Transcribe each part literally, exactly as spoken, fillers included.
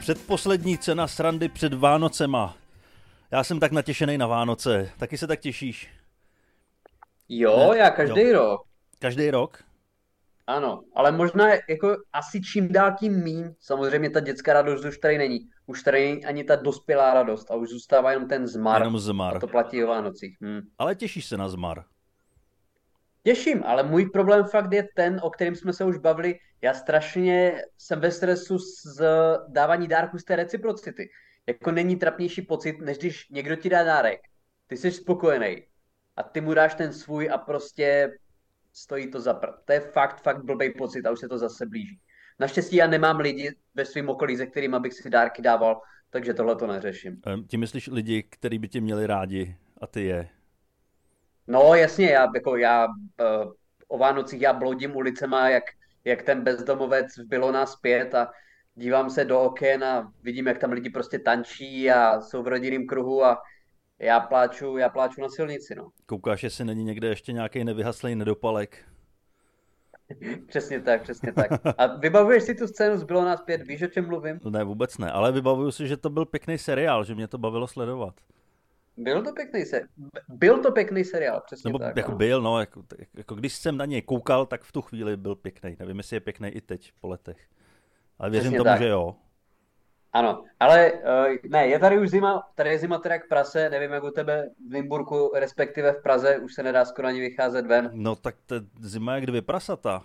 Předposlední cena srandy před Vánocema. Já jsem tak natěšený na Vánoce. Taky se tak těšíš? Jo, Ne? já každý Jo. rok. Každý rok? Ano, ale možná jako asi čím dál tím míň. Samozřejmě ta dětská radost už tady není. Už tady není ani ta dospělá radost a už zůstává jenom ten zmar. Jenom A zmar. to platí o Vánocích. Hm. Ale těšíš se na zmar. Těším, ale můj problém fakt je ten, o kterém jsme se už bavili. Já strašně jsem ve stresu z dávání dárků z té reciprocity. Jako není trapnější pocit, než když někdo ti dá dárek. Ty jsi spokojený a ty mu dáš ten svůj a prostě stojí to za prd. To je fakt, fakt blbej pocit a už se to zase blíží. Naštěstí já nemám lidi ve svém okolí, se kterými bych si dárky dával, takže tohle to neřeším. Ehm, Ti myslíš lidi, kteří by tě měli rádi a ty je? No jasně, já, jako já uh, o Vánocích já bloudím ulicema, jak, jak ten bezdomovec v Bylo nás pět a dívám se do oken a vidím, jak tam lidi prostě tančí a jsou v rodinném kruhu a já pláču, já pláču na silnici, no. Koukáš, jestli není někde ještě nějaký nevyhaslej nedopalek? Přesně tak, přesně tak. A vybavuješ si tu scénu z Bylo nás pět, víš, o čem mluvím? Ne, vůbec ne, ale vybavuju si, že to byl pěkný seriál, že mě to bavilo sledovat. Byl to pěkný se... Byl to pěkný seriál, přesně Nebo tak. jako Ano. byl, no, jako, jako když jsem na něj koukal, tak v tu chvíli byl pěkný. Nevím, jestli je pěkný i teď, po letech. Ale věřím Přesně tomu, tak. že jo. Ano, ale uh, ne, je tady už zima, tady je zima teda jak prase, nevím jak u tebe v Nymburku, respektive v Praze, už se nedá skoro ani vycházet ven. No tak ta zima je jak dvě prasata.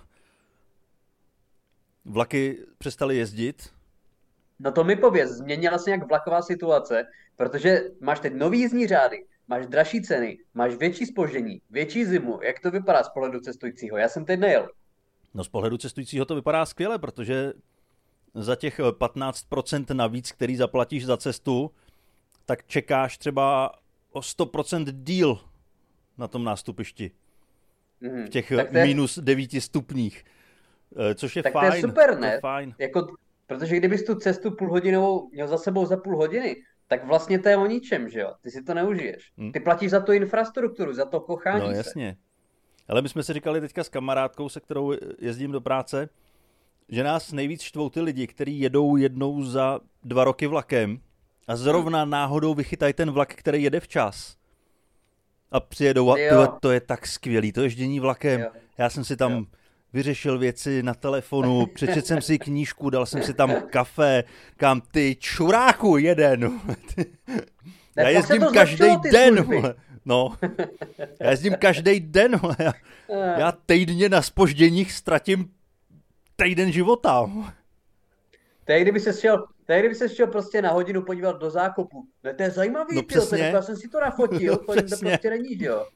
Vlaky přestaly jezdit. No to mi pověz, změnila se nějak vlaková situace, protože máš teď nový jízdní řády, máš dražší ceny, máš větší zpoždění, větší zimu, jak to vypadá z pohledu cestujícího? Já jsem teď nejel. No z pohledu cestujícího to vypadá skvěle, protože za těch patnáct procent navíc, který zaplatíš za cestu, tak čekáš třeba o sto procent díl na tom nástupišti. Mhm. V těch Tak to je, minus devíti stupních. Eh, Což je tak to je fajn. super, To je ne? fajn. Jako, protože kdybys tu cestu půlhodinovou měl za sebou za půl hodiny, tak vlastně to je o ničem, že jo? Ty si to neužiješ. Hm? Ty platíš za tu infrastrukturu, za to No kochání se. jasně. Ale my jsme si říkali teďka s kamarádkou, se kterou jezdím do práce, že nás nejvíc štvou ty lidi, kteří jedou jednou za dva roky vlakem a zrovna náhodou vychytají ten vlak, který jede včas. A přijedou a tyhle, Jo, to je tak skvělý, to ježdění vlakem. jo, Já jsem si jo. tam vyřešil věci na telefonu, přečetl jsem si knížku, dal jsem si tam kafe, kam ty čuráku jeden. Já Ne, pak se jezdím to každý zlepšilo, ty den, služby. vole. No, já jezdím každý den, vole. Já, Eh, já týdně na zpožděních ztratím týden života. To je, kdyby se šel, to je, kdyby se šel prostě na hodinu podívat do zákopu. Ne, to je No zajímavý, tyjo, to je, přesně, já jsem si to nafotil, no to jim to přesně. prostě není, že jo.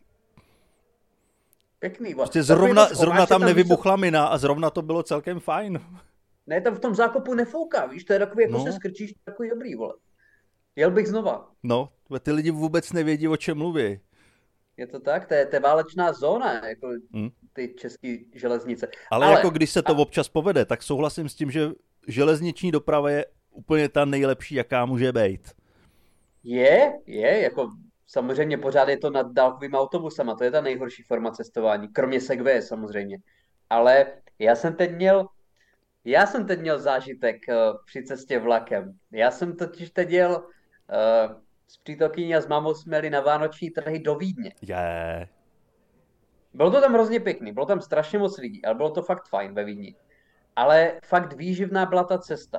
Pěkný, vole. Prostě Takový to zrovna, zrovna schováš se tam tam, víš co, nevybuchla mina a zrovna to bylo celkem fajn. ne, tam v tom zákopu nefouká, víš, to je takový, jako se No, skrčíš, takový dobrý, vole. Jel bych znova. no, ty lidi vůbec nevědí, o čem mluví. Je to tak? To je, to je válečná zóna, jako Hm? ty české železnice. Ale jako Ale, když se to a občas povede, tak souhlasím s tím, že železniční doprava je úplně ta nejlepší, jaká může být. je, je, jako samozřejmě pořád je to nad dálkovými autobusama, to je ta nejhorší forma cestování, kromě segwaye samozřejmě. Ale já jsem teď měl, já jsem teď měl zážitek eh, při cestě vlakem. Já jsem totiž teď jel eh, s přítelkyní a s mámou jsme jeli na vánoční trhy do Vídně. Je. Bylo to tam hrozně pěkný, bylo tam strašně moc lidí, ale bylo to fakt fajn ve Vídni. Ale fakt výživná byla ta cesta.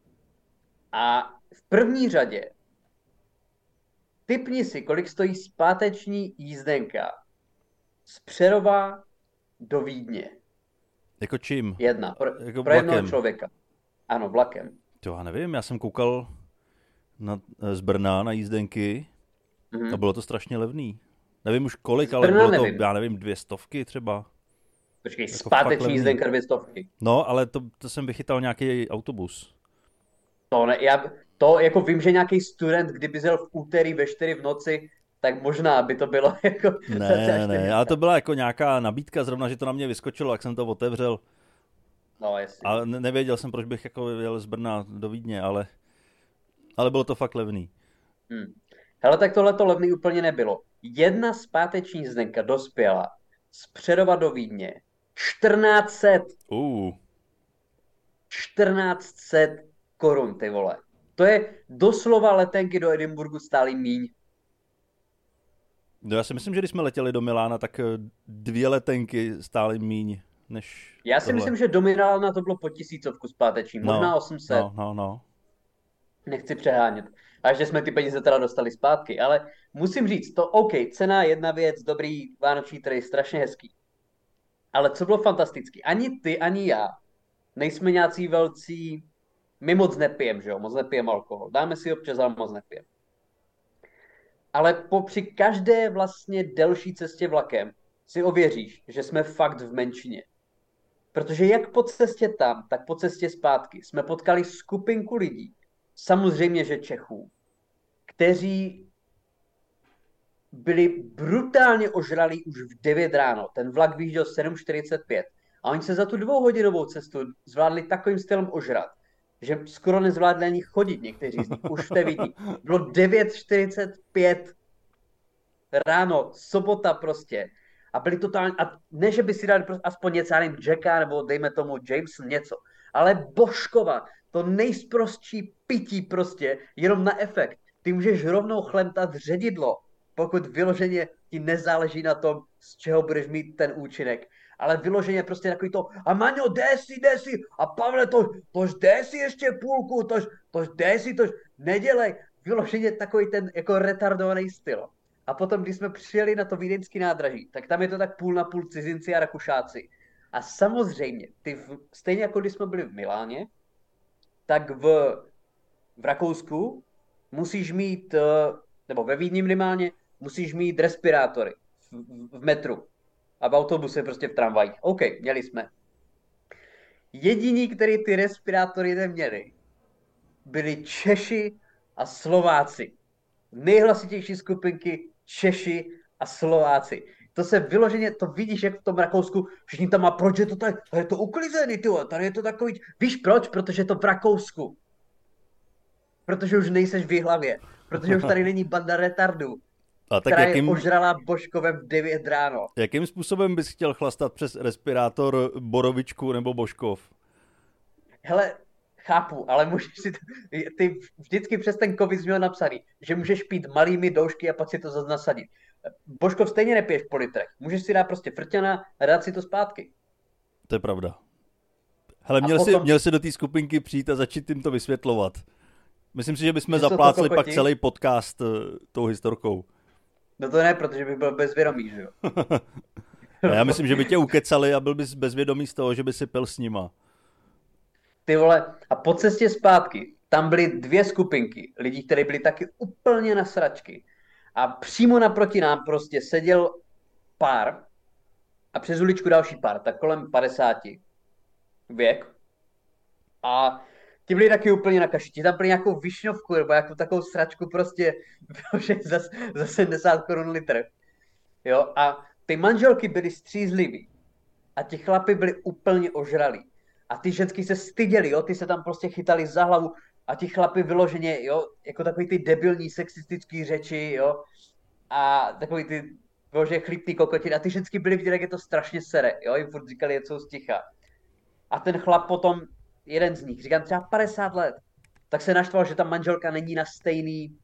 A v první řadě tipni si, kolik stojí zpáteční jízdenka z Přerova do Vídně. Jako čím? Jedna. Pro, Jako pro jednoho vlakem. člověka. Ano, vlakem. To já nevím, já jsem koukal na, z Brna na jízdenky a Mhm. bylo to strašně levný. Nevím už kolik, Z ale Brna bylo to, nevím. já nevím, dvě stovky třeba. Počkej, Jako fakt zpáteční levný. jízdenka dvě stovky. No, ale to, to jsem vychytal nějaký autobus. To, ne, já, to jako vím, že nějaký student, kdyby jel v úterý ve čtyři v noci, tak možná by to bylo jako za třeba Ne, ne, ale čtyři sta. to byla jako nějaká nabídka, zrovna, že to na mě vyskočilo, jak jsem to otevřel. No, jasně. A ne- nevěděl jsem, proč bych jako jel z Brna do Vídně, ale, ale bylo to fakt levný. Hm. Hele, tak tohle to levný úplně nebylo. Jedna zpáteční jízdenka dospěla z Přerova do Vídně čtrnáct set. Uh, čtrnáct set korun, ty vole. To je doslova letenky do Edinburghu stály míň. No já si myslím, že když jsme letěli do Milána, tak dvě letenky stály míň než Já si tohle. myslím, že do Milána to bylo po tisícovku zpáteční, možná no, osm set. No, no, no. Nechci přehánět. A že jsme ty peníze teda dostali zpátky, ale musím říct, to OK, cena jedna věc, dobrý vánoční trhy, strašně hezký. Ale co bylo fantastický, ani ty, ani já nejsme nějací velcí, my moc nepijem, že jo, moc nepijem alkohol, dáme si občas, ale moc nepijem. Ale po při každé vlastně delší cestě vlakem si ověříš, že jsme fakt v menšině. Protože jak po cestě tam, tak po cestě zpátky jsme potkali skupinku lidí, samozřejmě, že Čechů, kteří byli brutálně ožralí už v devět ráno. Ten vlak vyjížděl sedm čtyřicet pět a oni se za tu dvouhodinovou cestu zvládli takovým stylem ožrat, že skoro nezvládli ani chodit někteří z nich. Už v té vidí. Bylo devět čtyřicet pět ráno, sobota prostě. A byli totálně, a ne, že by si dali prostě aspoň něco, nevím, Jacka nebo dejme tomu Jameson něco, ale Božkova, to nejsprostší pití prostě, jenom na efekt. Ty můžeš rovnou chlemtat ředidlo, pokud vyloženě ti nezáleží na tom, z čeho budeš mít ten účinek. Ale vyloženě prostě takový to, a Maňo, dej si, dej si, a Pavle, to, tož dej si ještě půlku, tož, tož dej si, tož nedělej. Vyloženě takový ten jako retardovaný styl. A potom, když jsme přijeli na to vídeňský nádraží, tak tam je to tak půl na půl cizinci a Rakušáci. A samozřejmě, ty v, stejně jako když jsme byli v Miláně, tak v, v Rakousku musíš mít, nebo ve Vídni minimálně, musíš mít respirátory v, v, v metru a v autobuse, prostě v tramvajích. OK, měli jsme. Jediní, kteří ty respirátory neměli, byli Češi a Slováci. Nejhlasitější skupinky Češi a Slováci. To se vyloženě, to vidíš, jak v tom Rakousku, všichni tam má, proč je to tady, tady je to uklizený, tyjo, tady je to takový, víš proč? Protože je to v Rakousku. Protože už nejseš v hlavě, protože už tady není banda retardů, A tak která jakým, je ožrala Božkovem v devět ráno. Jakým způsobem bys chtěl chlastat přes respirátor Borovičku nebo Božkov? Hele, chápu, ale můžeš si to, ty vždycky přes ten covid jsi měl napsaný, že můžeš pít malými doušky a pak si to zase nasadit. Božkov stejně nepiješ po litrech. Můžeš si dát prostě frťana a dát si to zpátky. To je pravda. Hele, měl, potom... si, měl si do té skupinky přijít a začít jim to vysvětlovat. Myslím si, že bychom zaplácli pak celý podcast uh, tou historkou. No to ne, protože bych byl bezvědomý, že jo? Já myslím, že by tě ukecali a byl bys bezvědomý z toho, že by si pil s nima. Ty vole, a po cestě zpátky, tam byly dvě skupinky lidí, kteří byli taky úplně na sračky. A přímo naproti nám prostě seděl pár a přes uličku další pár, tak kolem padesáti věk. A ti byli taky úplně na kaši. Ti tam byli nějakou višňovku nebo nějakou takovou sračku prostě za, za sedmdesát korun litr. Jo, a ty manželky byly střízlivý a ti chlapi byli úplně ožralí. A ty ženský se styděli, jo, ty se tam prostě chytali za hlavu a ti chlapi vyloženě, jo, jako takový ty debilní sexistický řeči, jo, a takový ty vyloženě chlípný kokotiny a ty ženský byli vidět, jak je to strašně sere, jo, jim furt říkali, co sticha. A ten chlap potom, jeden z nich, říkám třeba padesát let, tak se naštval, že ta manželka není na stejný,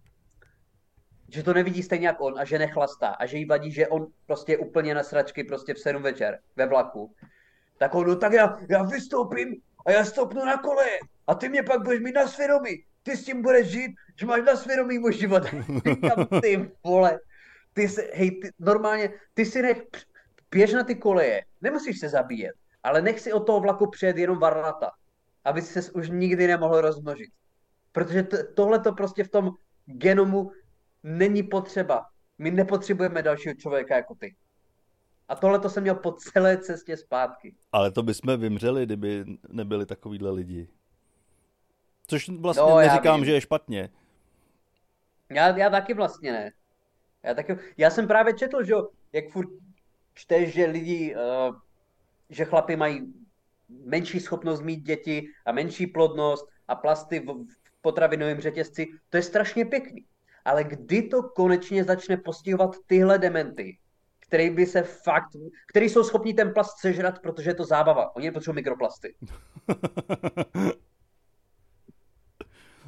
že to nevidí stejně jak on a že nechlastá a že jí vadí, že on prostě je úplně na sračky prostě v sedm večer ve vlaku. Tak on, no tak já, já vystoupím a já stoupnu na koleje a ty mě pak budeš mít na svědomí. Ty s tím budeš žít, že máš na svědomí můj život. Říkám, ty vole, ty se, hej, ty, normálně, ty si nech, běž na ty koleje, nemusíš se zabíjet, ale nech si od toho vlaku přijet jenom varlata, aby si se už nikdy nemohl rozmnožit. Protože t- tohle to prostě v tom genomu není potřeba. My nepotřebujeme dalšího člověka jako ty. A tohle to jsem měl po celé cestě zpátky. Ale to bychom vymřeli, kdyby nebyli takovýhle lidi. Což vlastně no, neříkám, že je špatně. Já, já taky vlastně ne. Já, taky, já jsem právě četl, že jak furt čteš, že lidi, uh, že chlapi mají menší schopnost mít děti a menší plodnost a plasty v, v potravinovém řetězci. To je strašně pěkný. Ale kdy to konečně začne postihovat tyhle dementy, který by se fakt, který jsou schopni ten plast sežrat, protože je to zábava. Oni nepotřebují mikroplasty.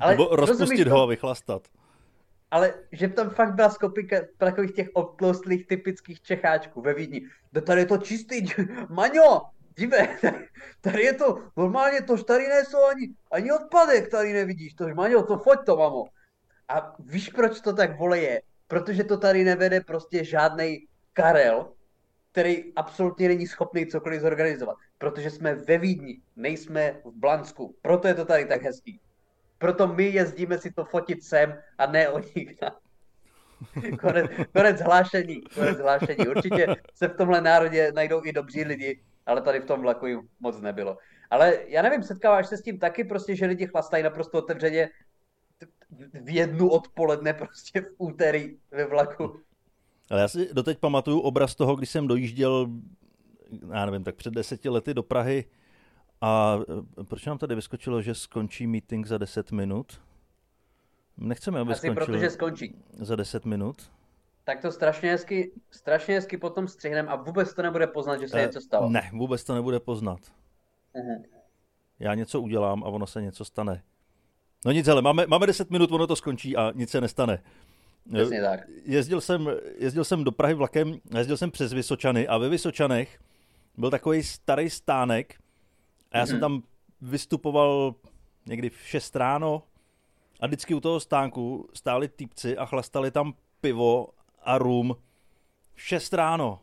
Ale Nebo rozpustit to? ho a vychlastat. Ale že tam fakt byla skupinka takových těch obtloustlých typických Čecháčků ve Vídni. No tady je to čistý, Maňo, dívej, tady je to, normálně to tady nejsou ani, ani odpadek, tady nevidíš, to Maňo, to foď to, mamo. A víš, proč to tak vole je? Protože to tady nevede prostě žádnej Karel, který absolutně není schopný cokoliv zorganizovat. Protože jsme ve Vídni, nejsme v Blansku. Proto je to tady tak hezký. Proto my jezdíme si to fotit sem a ne oni. Konec, konec hlášení, konec hlášení. Určitě se v tomhle národě najdou i dobří lidi, ale tady v tom vlaku jim moc nebylo. Ale já nevím, setkáváš se s tím taky prostě, že lidi chlastají naprosto otevřeně v jednu odpoledne prostě v úterý ve vlaku. Ale já si doteď pamatuju obraz toho, když jsem dojížděl, já nevím, tak před deseti lety do Prahy a proč nám tady vyskočilo, že skončí meeting za deset minut? Nechceme, aby Asi skončil protože skončí. Za deset minut. Tak to strašně hezky, strašně hezky potom střihnem a vůbec to nebude poznat, že se uh, něco stalo. Ne, vůbec to nebude poznat. Uh-huh. Já něco udělám a ono se něco stane. No nic, hele, máme, máme deset minut, ono to skončí a nic se nestane. Přesně tak. Jezdil jsem, jezdil jsem do Prahy vlakem, jezdil jsem přes Vysočany a ve Vysočanech byl takový starý stánek a já mm-hmm. jsem tam vystupoval někdy v šest ráno a vždycky u toho stánku stáli týpci a chlastali tam pivo a rum v šest ráno.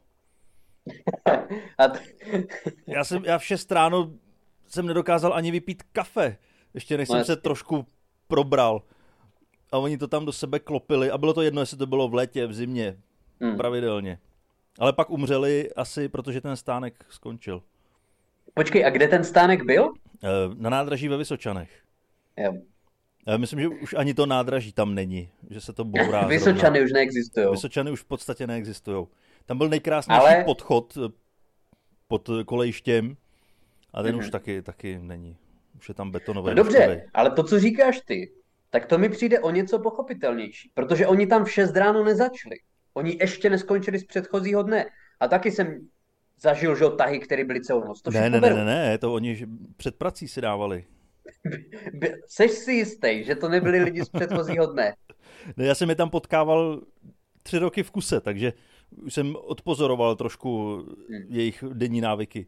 a t- já, jsem, já v šest ráno jsem nedokázal ani vypít kafe, ještě než no jsem se trošku probral. A oni to tam do sebe klopili a bylo to jedno, jestli to bylo v létě, v zimě, hmm. pravidelně. Ale pak umřeli asi, protože ten stánek skončil. Počkej, a kde ten stánek byl? Na nádraží ve Vysočanech. Jo. Myslím, že už ani to nádraží tam není, že se to bourá. Vysočany zrovna. Už neexistují. Vysočany už v podstatě neexistují. Tam byl nejkrásnější Ale... podchod pod kolejištěm a ten mm-hmm. už taky, taky není. Už je tam betonové. No dobře, ale to, co říkáš ty, tak to mi přijde o něco pochopitelnější, protože oni tam v šest ráno nezačali. Oni ještě neskončili z předchozího dne. A taky jsem zažil, že tahy, které byly celou noc. To ne, ne, ne, ne, ne, to oni před prací si dávali. Seš si jistý, že to nebyli lidi z předchozího dne? Ne, já jsem je tam potkával tři roky v kuse, takže už jsem odpozoroval trošku hmm. jejich denní návyky.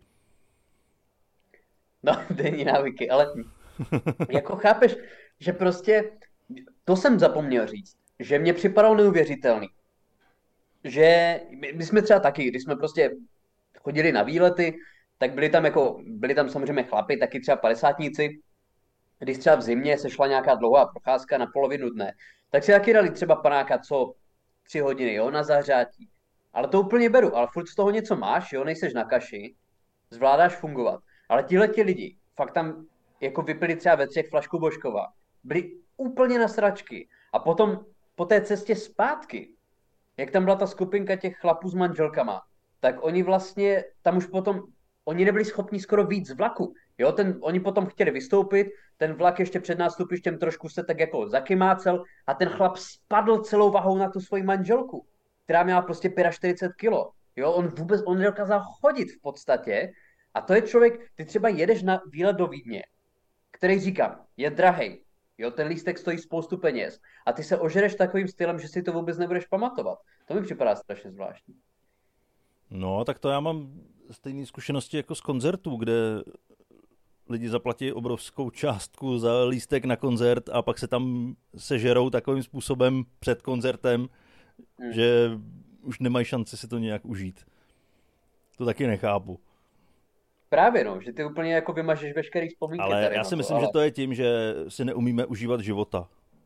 No, denní návyky, ale jako chápeš, že prostě, to jsem zapomněl říct, že mě připadalo neuvěřitelný, že my, my jsme třeba taky, když jsme prostě chodili na výlety, tak byli tam jako, byli tam samozřejmě chlapi, taky třeba padesátníci, když třeba v zimě se šla nějaká dlouhá procházka na polovinu dne, tak si taky dali třeba panáka co tři hodiny, jo, na zahřátí. Ale to úplně beru, ale furt z toho něco máš, jo, nejseš na kaši, zvládáš fungovat. Ale tihleti lidi, fakt tam jako vypili třeba ve třech flašku Božkova, byli úplně na sračky. A potom po té cestě zpátky, jak tam byla ta skupinka těch chlapů s manželkama, tak oni vlastně tam už potom, oni nebyli schopni skoro víc z vlaku. Jo, ten, oni potom chtěli vystoupit, ten vlak ještě před nástupištěm trošku se tak jako zakymácel a ten chlap spadl celou vahou na tu svoji manželku, která měla prostě čtyřicet pět kilo. Jo, on vůbec, on nedokázal chodit v podstatě. A to je člověk, ty třeba jedeš na výlet do Vídně, který říkám, je drahej, jo, ten lístek stojí spoustu peněz a ty se ožereš takovým stylem, že si to vůbec nebudeš pamatovat. To mi připadá strašně zvláštní. No, tak to já mám stejné zkušenosti jako z koncertů, kde lidi zaplatí obrovskou částku za lístek na koncert a pak se tam sežerou takovým způsobem před koncertem, hmm. že už nemají šanci si to nějak užít. To taky nechápu. Právě no, že ty úplně jako vymažeš veškerý vzpomínky. Ale tady já si to, myslím, ale... že to je tím, že si neumíme užívat života.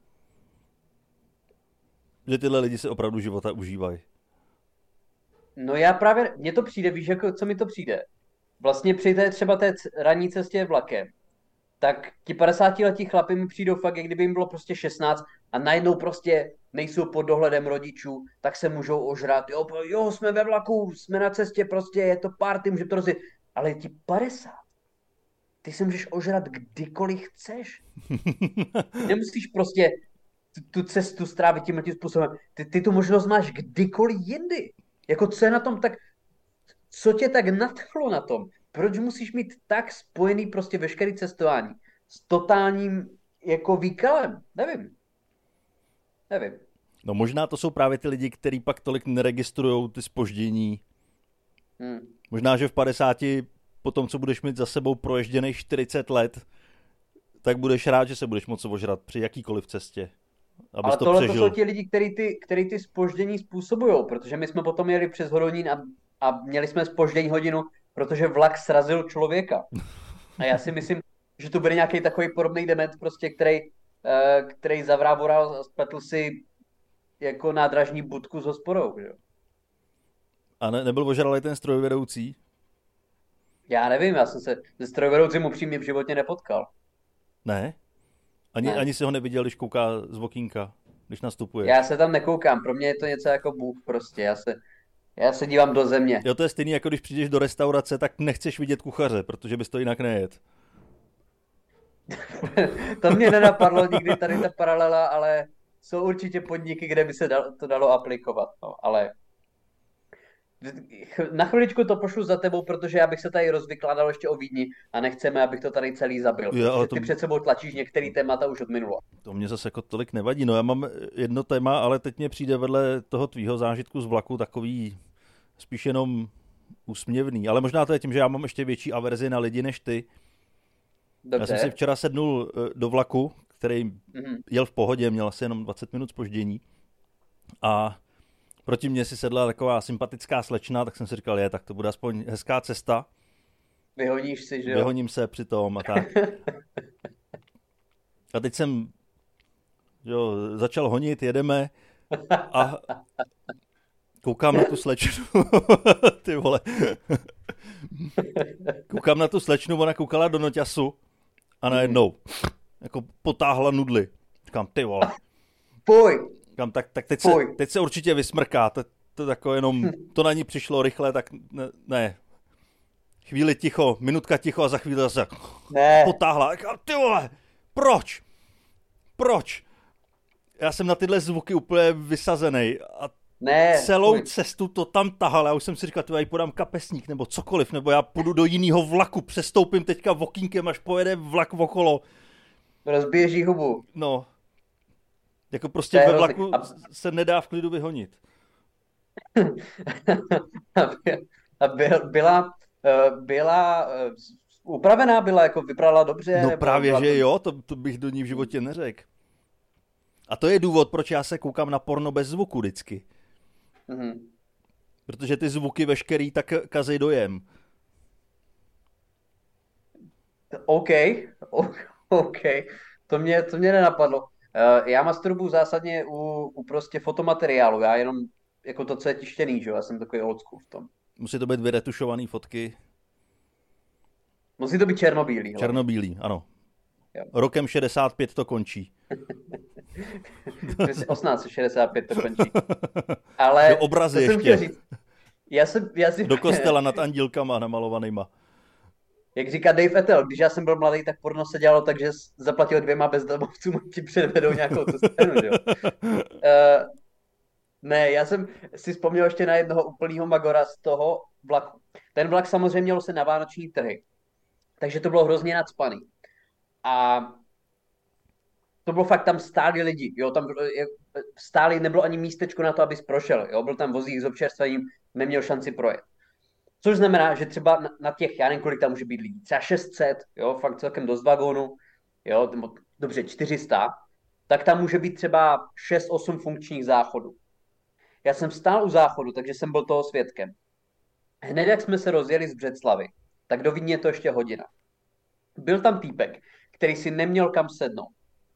Že tyhle lidi si opravdu života užívají. No já právě, mně to přijde, víš, jako, co mi to přijde? Vlastně při té třeba té ranní cestě vlakem, tak ti padesátiletí chlapi mi přijdou fakt, jak kdyby jim bylo prostě šestnáct a najednou prostě nejsou pod dohledem rodičů, tak se můžou ožrat. Jo, jo, jsme ve vlaku, jsme na cestě, prostě je to party, můžeme to rozjet. Ale je ti padesát. Ty se můžeš ožrat kdykoliv chceš. Nemusíš prostě tu cestu strávit tímhle tím způsobem. Ty, ty tu možnost máš kdykoliv jindy. Jako co je na tom tak, co tě tak nadchlo na tom? Proč musíš mít tak spojený prostě veškerý cestování s totálním jako výkalem. Nevím. Nevím. No možná to jsou právě ty lidi, kteří pak tolik neregistrují ty zpoždění. Hmm. Možná, že v padesáti, po tom, co budeš mít za sebou proježděných čtyřicet let, tak budeš rád, že se budeš moc ožrat při jakýkoliv cestě. Abys Ale to tohle to přežil. jsou ti lidi, který ty, který ty zpoždění způsobují, protože my jsme potom jeli přes Hodonín a, a měli jsme zpoždění hodinu, protože vlak srazil člověka. A já si myslím, že to bude nějaký takový podobný dement, prostě, který, eh, který zavrávoral a spletl si jako nádražní budku s hospodou. Že? A ne, nebyl ožralý ten strojvedoucí? Já nevím, já jsem se se strojvedoucím upřímně v životě nepotkal. Ne? Ani, Ne. ani si ho neviděl, když kouká z okýnka, když nastupuje. Já se tam nekoukám, pro mě je to něco jako Bůh prostě, já se, já se dívám do země. Jo, to je stejný, jako když přijdeš do restaurace, tak nechceš vidět kuchaře, protože bys to jinak nejet. To mě nenapadlo nikdy tady ta paralela, ale jsou určitě podniky, kde by se dal, to dalo aplikovat, no, ale na chviličku to pošlu za tebou, protože já bych se tady rozvykládal ještě o Vídni a nechceme, abych to tady celý zabil, Jo, ale protože to- ty před sebou tlačíš některý témata už od minula. To mě zase jako tolik nevadí. No já mám jedno téma, ale teď mě přijde vedle toho tvýho zážitku z vlaku takový spíš jenom úsměvný. Ale možná to je tím, že já mám ještě větší averzi na lidi než ty. Dobře. Já jsem si včera sednul eh, do vlaku, který Mhm. jel v pohodě, měl asi jenom dvacet minut zpoždění. A proti mně si sedla taková sympatická slečna, tak jsem si říkal, je, tak to bude aspoň hezká cesta. Vyhoníš si, že jo? Vyhoním se při tom a tak. A teď jsem jo, začal honit, jedeme a koukám na tu slečnu. Ty vole. Koukám na tu slečnu, ona koukala do noťasu a najednou jako potáhla nudly. Říkám, ty vole. Pojď! Říkám, tak, tak teď, se, Fuj. teď se určitě vysmrká. To, to jako jenom, to na ní přišlo rychle, tak ne. ne. Chvíli ticho, minutka ticho a za chvíli zase Ne, potáhla. Říkám, ty vole, proč? Proč? Já jsem na tyhle zvuky úplně vysazený a ne. celou fuj. cestu to tam tahal. Já už jsem si říkal, já jí podám kapesník nebo cokoliv, nebo já půjdu do jiného vlaku, přestoupím teďka okýnkem, až pojede vlak okolo. Rozbiješ jí hubu. No, jako prostě To je ve hrozný. vlaku A- se nedá v klidu vyhonit. A byl, byla, eh, byla eh, upravená, byla, jako vypadala dobře? No nebo právě, byla že to- jo, to, to bych do ní v životě neřekl. A to je důvod, proč já se koukám na porno bez zvuku vždycky. Mhm. Protože ty zvuky veškerý tak kazej dojem. OK, o- OK, to mě, to mě nenapadlo. Eh, Já masturbuju zásadně u, u prostě fotomateriálu, já jenom jako to, co je tištěný, že jo, já jsem takový old school v tom. Musí to být vyretušovaný fotky. Musí to být černobílý. hlavně. Černobílý, ano. Jo. Rokem šedesát pět to končí. Přesně osmnáct šedesát pět to končí. Ale Do obrazy to jsem ještě. chtěl říct. Já jsem, já si, Do kostela nad andílkama namalovanýma. Jak říká Dave Attell, když já jsem byl mladý, tak porno se dělalo tak, že jsi zaplatil dvěma bezdomovcům a ti předvedou nějakou tu scénu, že jo. Uh, ne, já jsem si vzpomněl ještě na jednoho úplného magora z toho vlaku. Ten vlak samozřejmě měl se na vánoční trhy, takže to bylo hrozně nacpaný. A to bylo fakt, tam stáli lidi, jo, tam je- stáli, nebylo ani místečko na to, abys prošel, jo, byl tam vozík s občerstvením, neměl šanci projet. Což znamená, že třeba na, na těch, já nevím, kolik tam může být lidí, třeba šest set, jo, fakt celkem dost vagónů, jo, nebo dobře, čtyři sta, tak tam může být třeba šest osm funkčních záchodů. Já jsem stál u záchodu, takže jsem byl toho svědkem. Hned jak jsme se rozjeli z Břeclavy, tak do Vídně je to ještě hodina. Byl tam týpek, který si neměl kam sednout.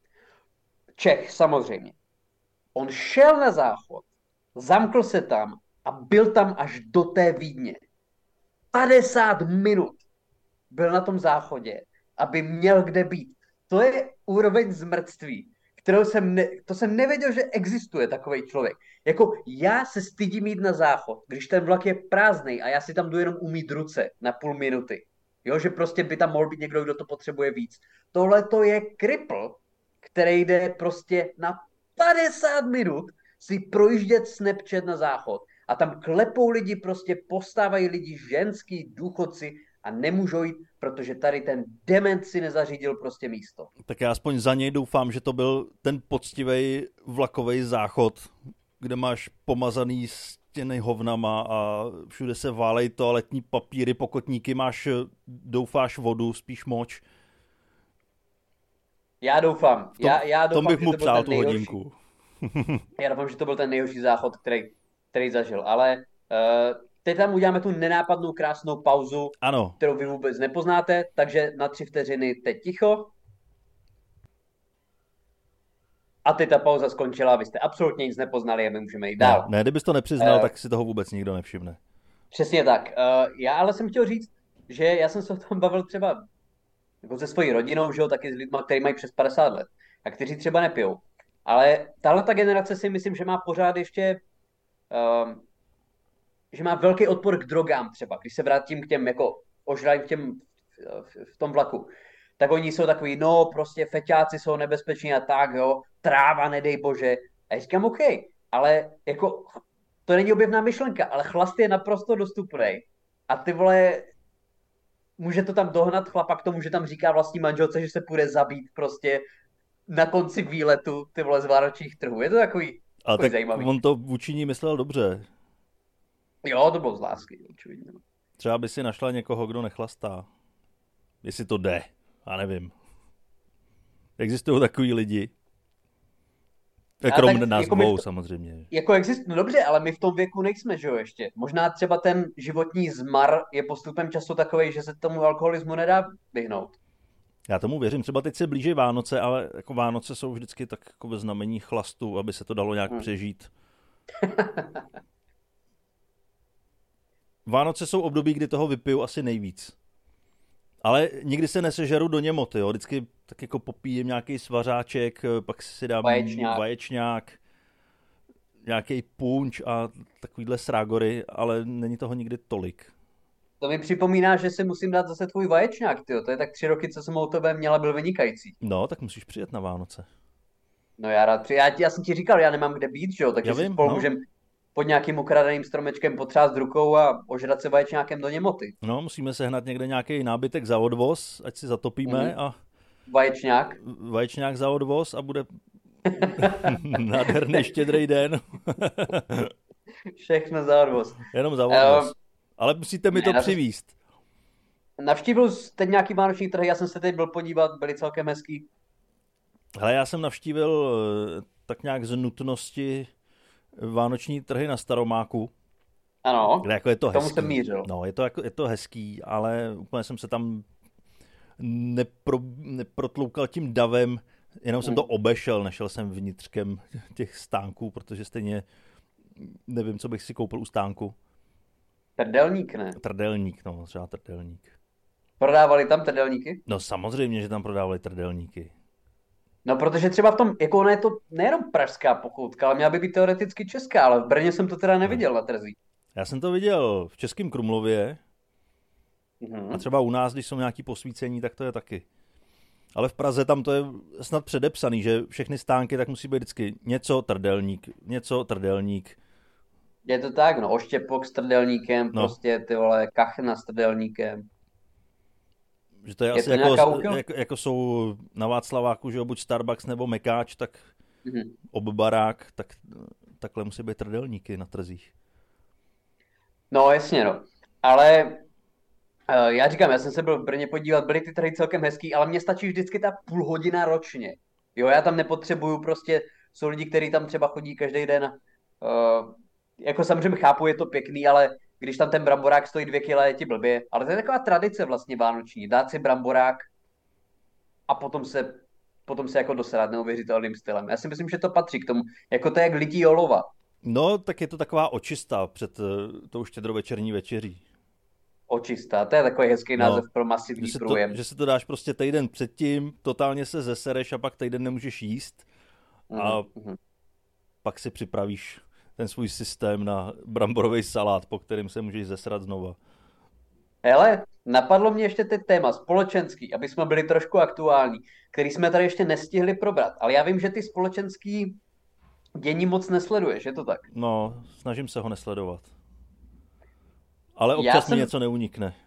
Čech, samozřejmě. On šel na záchod, zamkl se tam a byl tam až do té Vídně. padesát minut byl na tom záchodě, aby měl kde být. To je úroveň zmrtství, kterou jsem, ne, to jsem nevěděl, že existuje takový člověk. Jako já se stydím jít na záchod, když ten vlak je prázdnej a já si tam jdu jenom umýt ruce na půl minuty. Jo, že prostě by tam mohl být někdo, kdo to potřebuje víc. Tohle to je kripl, který jde prostě na padesát minut si projíždět Snapchat na záchod a tam klepou lidi, prostě postávají lidi, ženský, důchodci a nemůžou jít, protože tady ten dement si nezařídil prostě místo. Tak já aspoň za něj doufám, že to byl ten poctivý vlakový záchod, kde máš pomazaný stěny hovnama a všude se válej toaletní papíry, pokotníky, máš, doufáš, vodu, spíš moč. Já doufám. Tom, já, já doufám, tom bych mu že to přál byl ten tu nejhorší. hodinku. Já doufám, že to byl ten nejhorší záchod, který, který zažil. Ale uh, teď tam uděláme tu nenápadnou krásnou pauzu, ano. kterou vy vůbec nepoznáte, takže na tři vteřiny teď ticho. A teď ta pauza skončila, vy jste absolutně nic nepoznali a my můžeme jít dál. Ne, ne kdybys to nepřiznal, uh, tak si toho vůbec nikdo nevšimne. Přesně tak. Uh, já ale jsem chtěl říct, že já jsem se o tom bavil třeba jako se svojí rodinou, že jo, taky s lidmi, kteří mají přes padesát let a kteří třeba nepijou. Ale tahle ta generace si myslím, že má pořád ještě, um, že má velký odpor k drogám třeba, když se vrátím k těm jako ožralým v, těm, v tom vlaku. Tak oni jsou takový, no prostě feťáci jsou nebezpeční a tak, jo, tráva, nedej bože. A já říkám, OK, ale jako to není objevná myšlenka, ale chlast je naprosto dostupný. A ty vole, může to tam dohnat chlapa k tomu, že tam říká vlastní manželce, že se půjde zabít prostě na konci výletu, ty vole, z vánočních trhů. Je to takový, ale takový tak zajímavý. On to vůči ní myslel dobře. Jo, to bylo z lásky, očividně. Třeba by si našla někoho, kdo nechlastá. Jestli to jde, já nevím. Existují takový lidi. Krom nás jako dvou, to, samozřejmě. Jako existují, no dobře, ale my v tom věku nejsme, že jo, ještě. Možná třeba ten životní zmar je postupem času takovej, že se tomu alkoholismu nedá vyhnout. Já tomu věřím. Třeba teď se blíží Vánoce, ale jako Vánoce jsou vždycky tak jako ve znamení chlastu, aby se to dalo nějak hmm. přežít. Vánoce jsou období, kdy toho vypiju asi nejvíc. Ale nikdy se nesežeru do němoty, jo. Vždycky tak jako popíjem nějaký svařáček, pak si dám vaječňák, vaječňák nějaký punč a takovýhle srágory, ale není toho nikdy tolik. To mi připomíná, že si musím dát zase tvůj vaječňák, tyjo. To je tak tři roky, co jsem o tebe měla, byl vynikající. No, tak musíš přijet na Vánoce. No já rád přijdu. Já, já jsem ti říkal, já nemám kde být, že jo, takže si spolu no. můžem pod nějakým ukradeným stromečkem potřást rukou a ožrat se vaječňákem do němoty. No, musíme sehnat někde nějaký nábytek za odvoz, ať si zatopíme mm. a... Vaječňák. Vaječňák za odvoz a bude nádherný štědrý den. Všechno za odvoz. Jenom za odvoz. Um, Ale musíte mi ne, to přivízt. Navštívil jsi teď nějaký vánoční trhy, já jsem se teď byl podívat, byly celkem hezký. Hele, já jsem navštívil tak nějak z nutnosti vánoční trhy na Staromáku. Ano, kde jako je to hezký. Tomu jsem mířil. No, je to, jako, je to hezký, ale úplně jsem se tam nepro, neprotloukal tím davem, jenom hmm. jsem to obešel, nešel jsem vnitřkem těch stánků, protože stejně nevím, co bych si koupil u stánku. Trdelník, ne? Trdelník, no, třeba trdelník. Prodávali tam trdelníky? No samozřejmě, že tam prodávali trdelníky. No, protože třeba v tom, jako ona je to nejenom pražská pochoutka, ale měla by být teoreticky česká, ale v Brně jsem to teda neviděl na trzích. Já jsem to viděl v Českém Krumlově mm-hmm. a třeba u nás, když jsou nějaký posvícení, tak to je taky. Ale v Praze tam to je snad předepsaný, že všechny stánky tak musí být vždycky něco trdelník, něco trdelník. Je to tak, no, oštěpok s trdelníkem, no. Prostě ty vole, kachna s trdelníkem. Že to je, je asi to jako, jako, jako jsou na Václaváku, že jo, buď Starbucks nebo Mekáč, tak mm-hmm. obbarák, tak takhle musí být trdelníky na trzích. No jasně, no. Ale uh, já říkám, já jsem se byl v Brně podívat, byly ty trhy celkem hezký, ale mně stačí vždycky ta půl hodina ročně. Jo, já tam nepotřebuju prostě, jsou lidi, kteří tam třeba chodí každý den. Uh, jako samozřejmě chápu, je to pěkný, ale když tam ten bramborák stojí dvě kila, je ti blbě. Ale to je taková tradice vlastně vánoční. Dát si bramborák a potom se, potom se jako dosedat neuvěřitelným stylem. Já si myslím, že to patří k tomu. Jako to je jak lití olova. No, tak je to taková očista před uh, tou štědrovečerní večeří. Očista, to je takový hezký no, název pro masivní že průjem. To, že si to dáš prostě týden předtím, totálně se zesereš a pak týden nemůžeš jíst. Mm, a mm. pak si připravíš ten svůj systém na bramborový salát, po kterým se můžeš zesrat znova. Hele, napadlo mě ještě teď téma společenský, aby jsme byli trošku aktuální, který jsme tady ještě nestihli probrat. Ale já vím, že ty společenský dění moc nesleduješ, je to tak? No, snažím se ho nesledovat. Ale občas jsem... mi něco neunikne.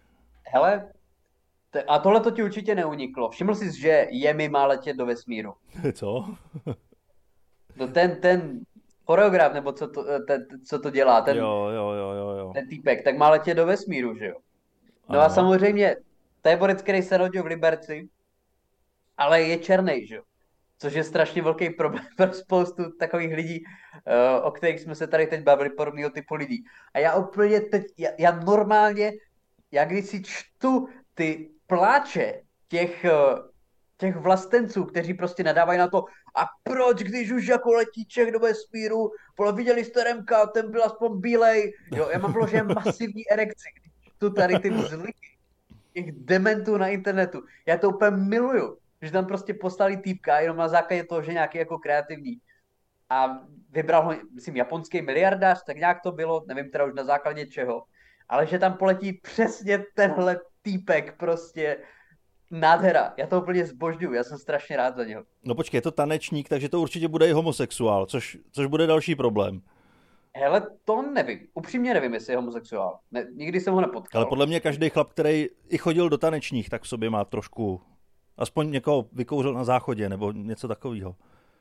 Hele, te, a tohle to ti určitě neuniklo. Všiml jsi, že Jemi má letět do vesmíru. Co? No ten, ten choreograf, nebo co to, ten, co to dělá, ten, Jo, jo, jo, jo, jo. ten týpek, tak má letět do vesmíru, že jo? No a Ano. samozřejmě, to je borec, který se rodil v Liberci, ale je černý, že jo? Což je strašně velký problém pro spoustu takových lidí, eh, o kterých jsme se tady teď bavili, podobného typu lidí. A já úplně teď, já, já normálně, já když si čtu ty pláče těch, eh, těch vlastenců, kteří prostě nadávají na to, a proč, když už jako letí Čech do vesmíru, vole, viděli jste Remka, ten byl aspoň bílej, jo, já mám vloženě masivní erekci, když čtu tady ty vzliky těch dementů na internetu. Já to úplně miluju, že tam prostě poslali týpka jenom na základě toho, že nějaký jako kreativní. A vybral ho, myslím, japonský miliardář, tak nějak to bylo, nevím teda už na základě čeho, ale že tam poletí přesně tenhle týpek prostě nádhera. Já to úplně zbožňuju, já jsem strašně rád za něho. No počkej, je to tanečník, takže to určitě bude i homosexuál, což, což bude další problém. Hele, to nevím. Upřímně nevím, jestli je homosexuál. Ne, nikdy jsem ho nepotkal. Ale podle mě každý chlap, který i chodil do tanečních, tak v sobě má trošku, aspoň někoho vykouřil na záchodě, nebo něco takového.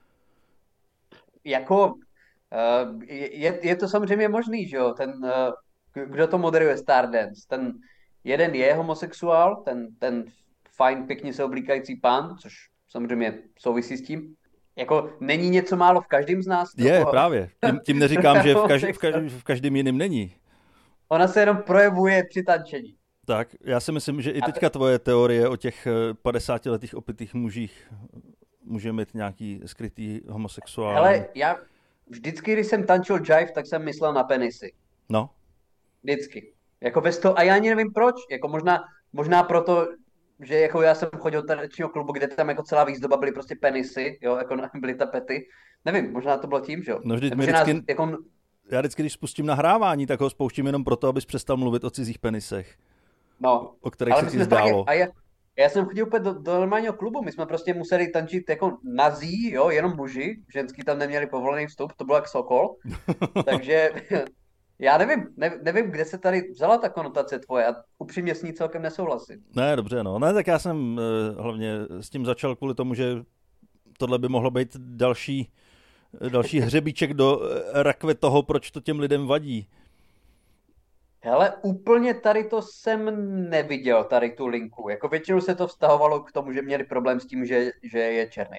Jako, uh, je, je to samozřejmě možný, že jo, ten, uh, kdo to moderuje Stardance, ten jeden je homosexuál, ten, ten fajn, pěkně se oblíkající pán, což samozřejmě souvisí s tím. Jako, není něco málo v každém z nás? Je, toho, právě. Tím, tím neříkám, že v, každý, v, každý, v každém jiném není. Ona se jenom projevuje při tančení. Tak, já si myslím, že i teďka tvoje teorie o těch padesátiletých opitých mužích může mít nějaký skrytý homosexuální. Hele, já vždycky, když jsem tančil jive, tak jsem myslel na penisy. No. Vždycky. Jako bez toho, a já ani nevím proč, jako možná, možná proto, že jako já jsem chodil do tanečního klubu, kde tam jako celá výzdoba byly prostě penisy, jo, jako byly tapety. Nevím, možná to bylo tím, že jo. No vždyť Nebo, my že nás, vždycky, jako, já vždycky, když spustím nahrávání, tak ho spouštím jenom proto, abys přestal mluvit o cizích penisech. no, O kterých ale se my ti jsme zdálo. taky, a já, já jsem chodil úplně do, do normálního klubu, my jsme prostě museli tančit jako nazí, jo, jenom muži, ženský tam neměli povolený vstup, to bylo jak Sokol, takže já nevím, ne, nevím, kde se tady vzala ta konotace tvoje a upřímně s ní celkem nesouhlasím. Ne, dobře, no. Ne, tak já jsem uh, hlavně s tím začal kvůli tomu, že tohle by mohlo být další, další hřebíček do rakve toho, proč to těm lidem vadí. Hele, úplně tady to jsem neviděl, tady tu linku. Jako většinou se to vztahovalo k tomu, že měli problém s tím, že, že je černý.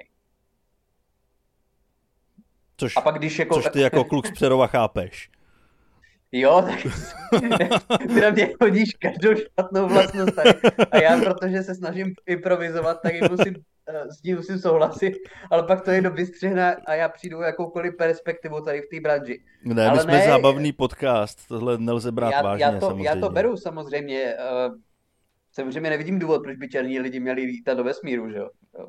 Což, A pak když jako... což ty jako kluk z Přerova chápeš. Jo, tak ty na mě hodíš každou špatnou vlastnost tady. A já, protože se snažím improvizovat, tak jim musím, s tím musím souhlasit, ale pak to jenom vystřihne a já přijdu jakoukoliv perspektivu tady v té branži. Ne, ale my jsme ne, zábavný podcast, tohle nelze brát já, vážně já, to, samozřejmě. já to beru samozřejmě. Uh, samozřejmě nevidím důvod, proč by černí lidi měli lítat do vesmíru, že jo?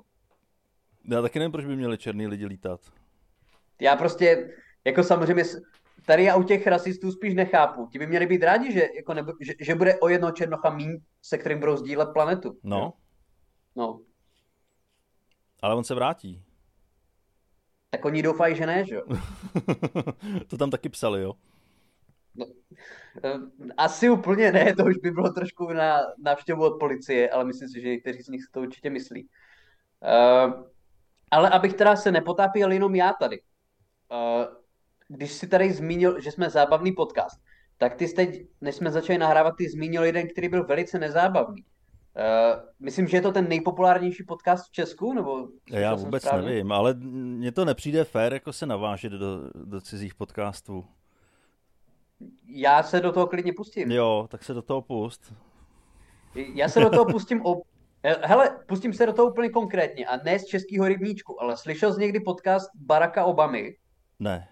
Já taky nevím, proč by měli černý lidi lítat. Já prostě, jako samozřejmě, tady já u těch rasistů spíš nechápu. Ti by měli být rádi, že, jako nebo, že, že bude o jednoho černocha míň, se kterým budou sdílet planetu. No. Jo? No. Ale on se vrátí. Tak oni doufají, že ne, že jo? To tam taky psali, jo? No, asi úplně ne, to už by bylo trošku na návštěvu od policie, ale myslím si, že někteří z nich to určitě myslí. Uh, ale abych teda se nepotápěl jenom já tady. Uh, když jsi tady zmínil, že jsme zábavný podcast, tak ty jsi teď, než jsme začali nahrávat, ty zmínil jeden, který byl velice nezábavný. Uh, myslím, že je to ten nejpopulárnější podcast v Česku, nebo? Já vůbec nevím, ale mně to nepřijde fér, jako se navážet do, do cizích podcastů. Já se do toho klidně pustím. Jo, tak se do toho pust. Já se do toho pustím o... Hele, pustím se do toho úplně konkrétně a ne z českého rybníčku, ale slyšel jsi někdy podcast Baracka Obamy? Ne.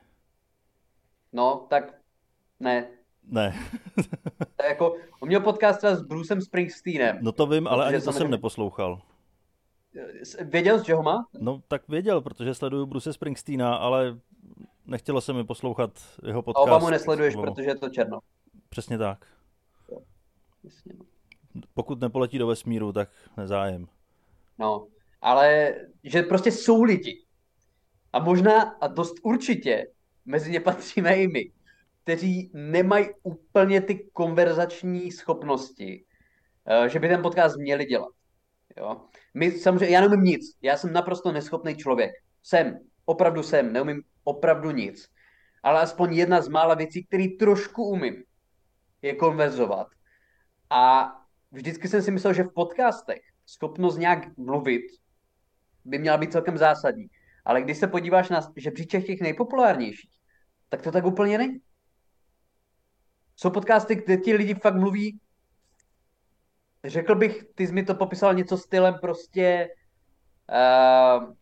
No, tak ne. Ne. Tak jako, on měl podcast s Brucem Springsteenem. No to vím, ale ani to samozřejmě... jsem neposlouchal. Věděl jsi, že ho má? No tak věděl, protože sleduju Bruce Springsteena, ale nechtělo se mi poslouchat jeho podcast. A Obamu nesleduješ, protože je to černo. Přesně tak. Jo, jasně. Pokud nepoletí do vesmíru, tak nezájem. No, ale že prostě jsou lidi. A možná, a dost určitě, mezi ně patříme i my, kteří nemají úplně ty konverzační schopnosti, že by ten podcast měli dělat. Jo? My samozřejmě, já neumím nic, já jsem naprosto neschopný člověk. Jsem, opravdu jsem, neumím opravdu nic. Ale aspoň jedna z mála věcí, které trošku umím, je konverzovat. A vždycky jsem si myslel, že v podcastech schopnost nějak mluvit by měla být celkem zásadní. Ale když se podíváš na žebříček těch nejpopulárnějších, tak to tak úplně není. Jsou podcasty, kde ti lidi fakt mluví, řekl bych, ty jsi mi to popisal něco stylem prostě uh,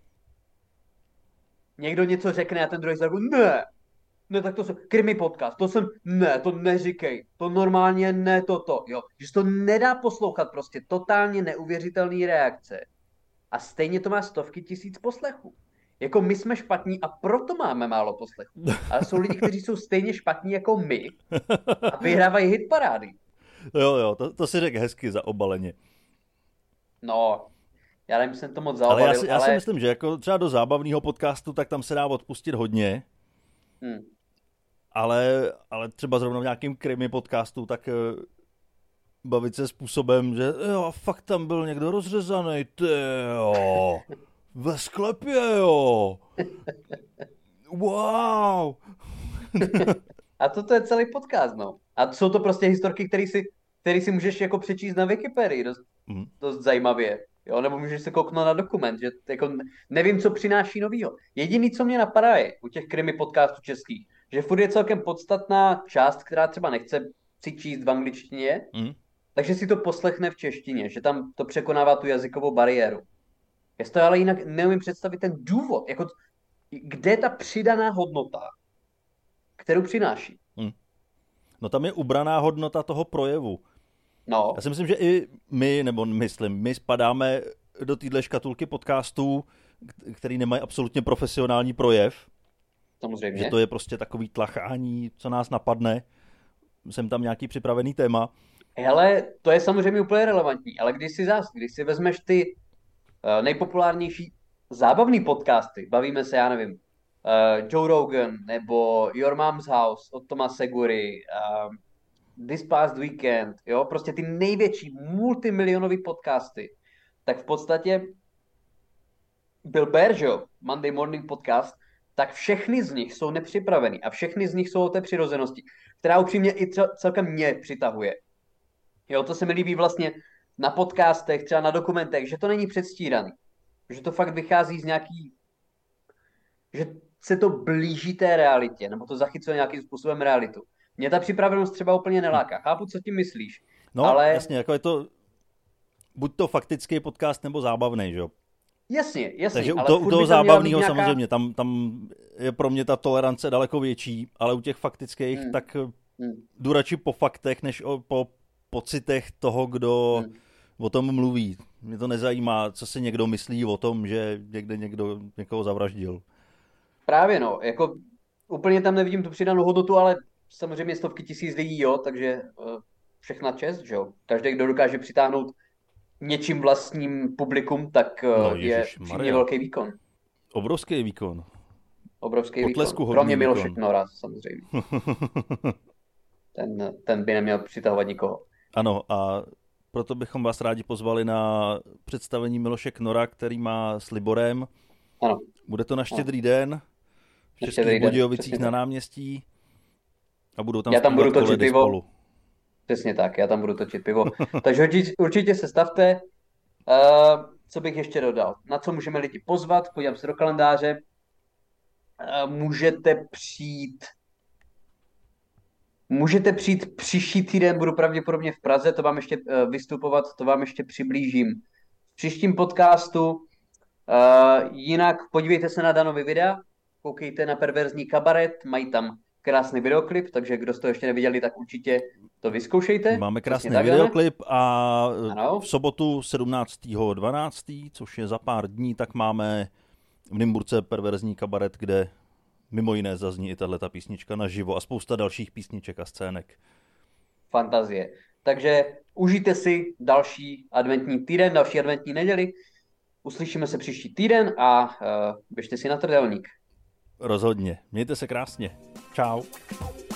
někdo něco řekne a ten druhý řekne, ne, ne, tak to jsou krimi podcast, to jsem, ne, to neříkej, to normálně ne toto, jo, že se to nedá poslouchat prostě, totálně neuvěřitelný reakce a stejně to má stovky tisíc poslechů. Jako my jsme špatní a proto máme málo poslechů. Ale jsou lidi, kteří jsou stejně špatní jako my a vyhrávají hitparády. Jo, jo, to, to si řekl hezky zaobaleně. No, já nevím, jsem to moc zaobalil, ale... Já si, já ale... si myslím, že jako třeba do zábavného podcastu, tak tam se dá odpustit hodně. Hmm. Ale, ale třeba zrovna v nějakým krimi podcastu, tak uh, bavit se způsobem, že jo, fakt tam byl někdo rozřezaný, ty jo, ve sklepě, jo. Wow. A toto je celý podcast, no. A jsou to prostě historky, které si, který si můžeš jako přečíst na Wikipedii dost, mm. dost zajímavě. Jo? Nebo můžeš se kouknout na dokument, že jako nevím, co přináší novýho. Jediný, co mě napadá je u těch krimi podcastů českých, že furt je celkem podstatná část, která třeba nechce si číst v angličtině, mm. takže si to poslechne v češtině, že tam to překonává tu jazykovou bariéru. Já si to ale jinak neumím představit ten důvod, jako kde je ta přidaná hodnota, kterou přináší. Hmm. No tam je ubraná hodnota toho projevu. No. Já si myslím, že i my, nebo myslím, my spadáme do téhle škatulky podcastů, který nemají absolutně profesionální projev. Samozřejmě. Že to je prostě takový tlachání, co nás napadne. Jsem tam nějaký připravený téma. Hele, to je samozřejmě úplně relevantní, ale když si zás, když si vezmeš ty uh, nejpopulárnější zábavný podcasty, bavíme se, já nevím, Uh, Joe Rogan, nebo Your Mom's House od Toma Segury, uh, This Past Weekend, jo, prostě ty největší multimilionový podcasty, tak v podstatě Bill Burr, jo, Monday Morning Podcast, tak všechny z nich jsou nepřipravený a všechny z nich jsou o té přirozenosti, která upřímně i celkem mě přitahuje. Jo, to se mi líbí vlastně na podcastech, třeba na dokumentech, že to není předstíraný, že to fakt vychází z nějaký, že se to blíží té realitě, nebo to zachycuje nějakým způsobem realitu. Mě ta připravenost třeba úplně neláká. Chápu, co tím myslíš. No, ale... jasně, jako je to buď to faktický podcast, nebo zábavný, že jo? Jasně, jasně. Takže ale u, to, u toho zábavného nějaká... samozřejmě, tam, tam je pro mě ta tolerance daleko větší, ale u těch faktických, hmm. tak hmm. jdu radši po faktech, než o, po pocitech toho, kdo hmm. o tom mluví. Mě to nezajímá, co si někdo myslí o tom, že někde někdo někoho zavraždil. Právě no, jako úplně tam nevidím tu přidanou hodnotu, ale samozřejmě stovky tisíc lidí, jo, takže uh, všechna čest, že jo. Každý, kdo dokáže přitáhnout něčím vlastním publikum, tak uh, no, je přímě velký výkon. Obrovský výkon. Obrovský Potlesku výkon. Kromě Miloše Knora, samozřejmě. ten, ten by neměl přitahovat nikoho. Ano, a proto bychom vás rádi pozvali na představení Miloše Knora, který má s Liborem. Ano. Bude to na Štědrý den v Českých Budějovicích na náměstí a budou tam, já tam budu točit pivo. Spolu. Přesně tak, já tam budu točit pivo. Takže určitě, určitě se stavte. Uh, co bych ještě dodal? Na co můžeme lidi pozvat? Podívám se do kalendáře. Uh, můžete přijít Můžete přijít příští týden, budu pravděpodobně v Praze, to vám ještě uh, vystupovat, to vám ještě přiblížím v příštím podcastu. Uh, jinak podívejte se na Danovy videa, koukejte na Perverzní kabaret, mají tam krásný videoklip, takže kdo jste to ještě neviděli, tak určitě to vyzkoušejte. Máme krásný videoklip a ano. V sobotu sedmnáctého dvanáctého, což je za pár dní, tak máme v Nymburce Perverzní kabaret, kde mimo jiné zazní i tato písnička naživo a spousta dalších písniček a scének. Fantazie. Takže užijte si další adventní týden, další adventní neděli. Uslyšíme se příští týden a uh, běžte si na trdelník. Rozhodně. Mějte se krásně. Čau.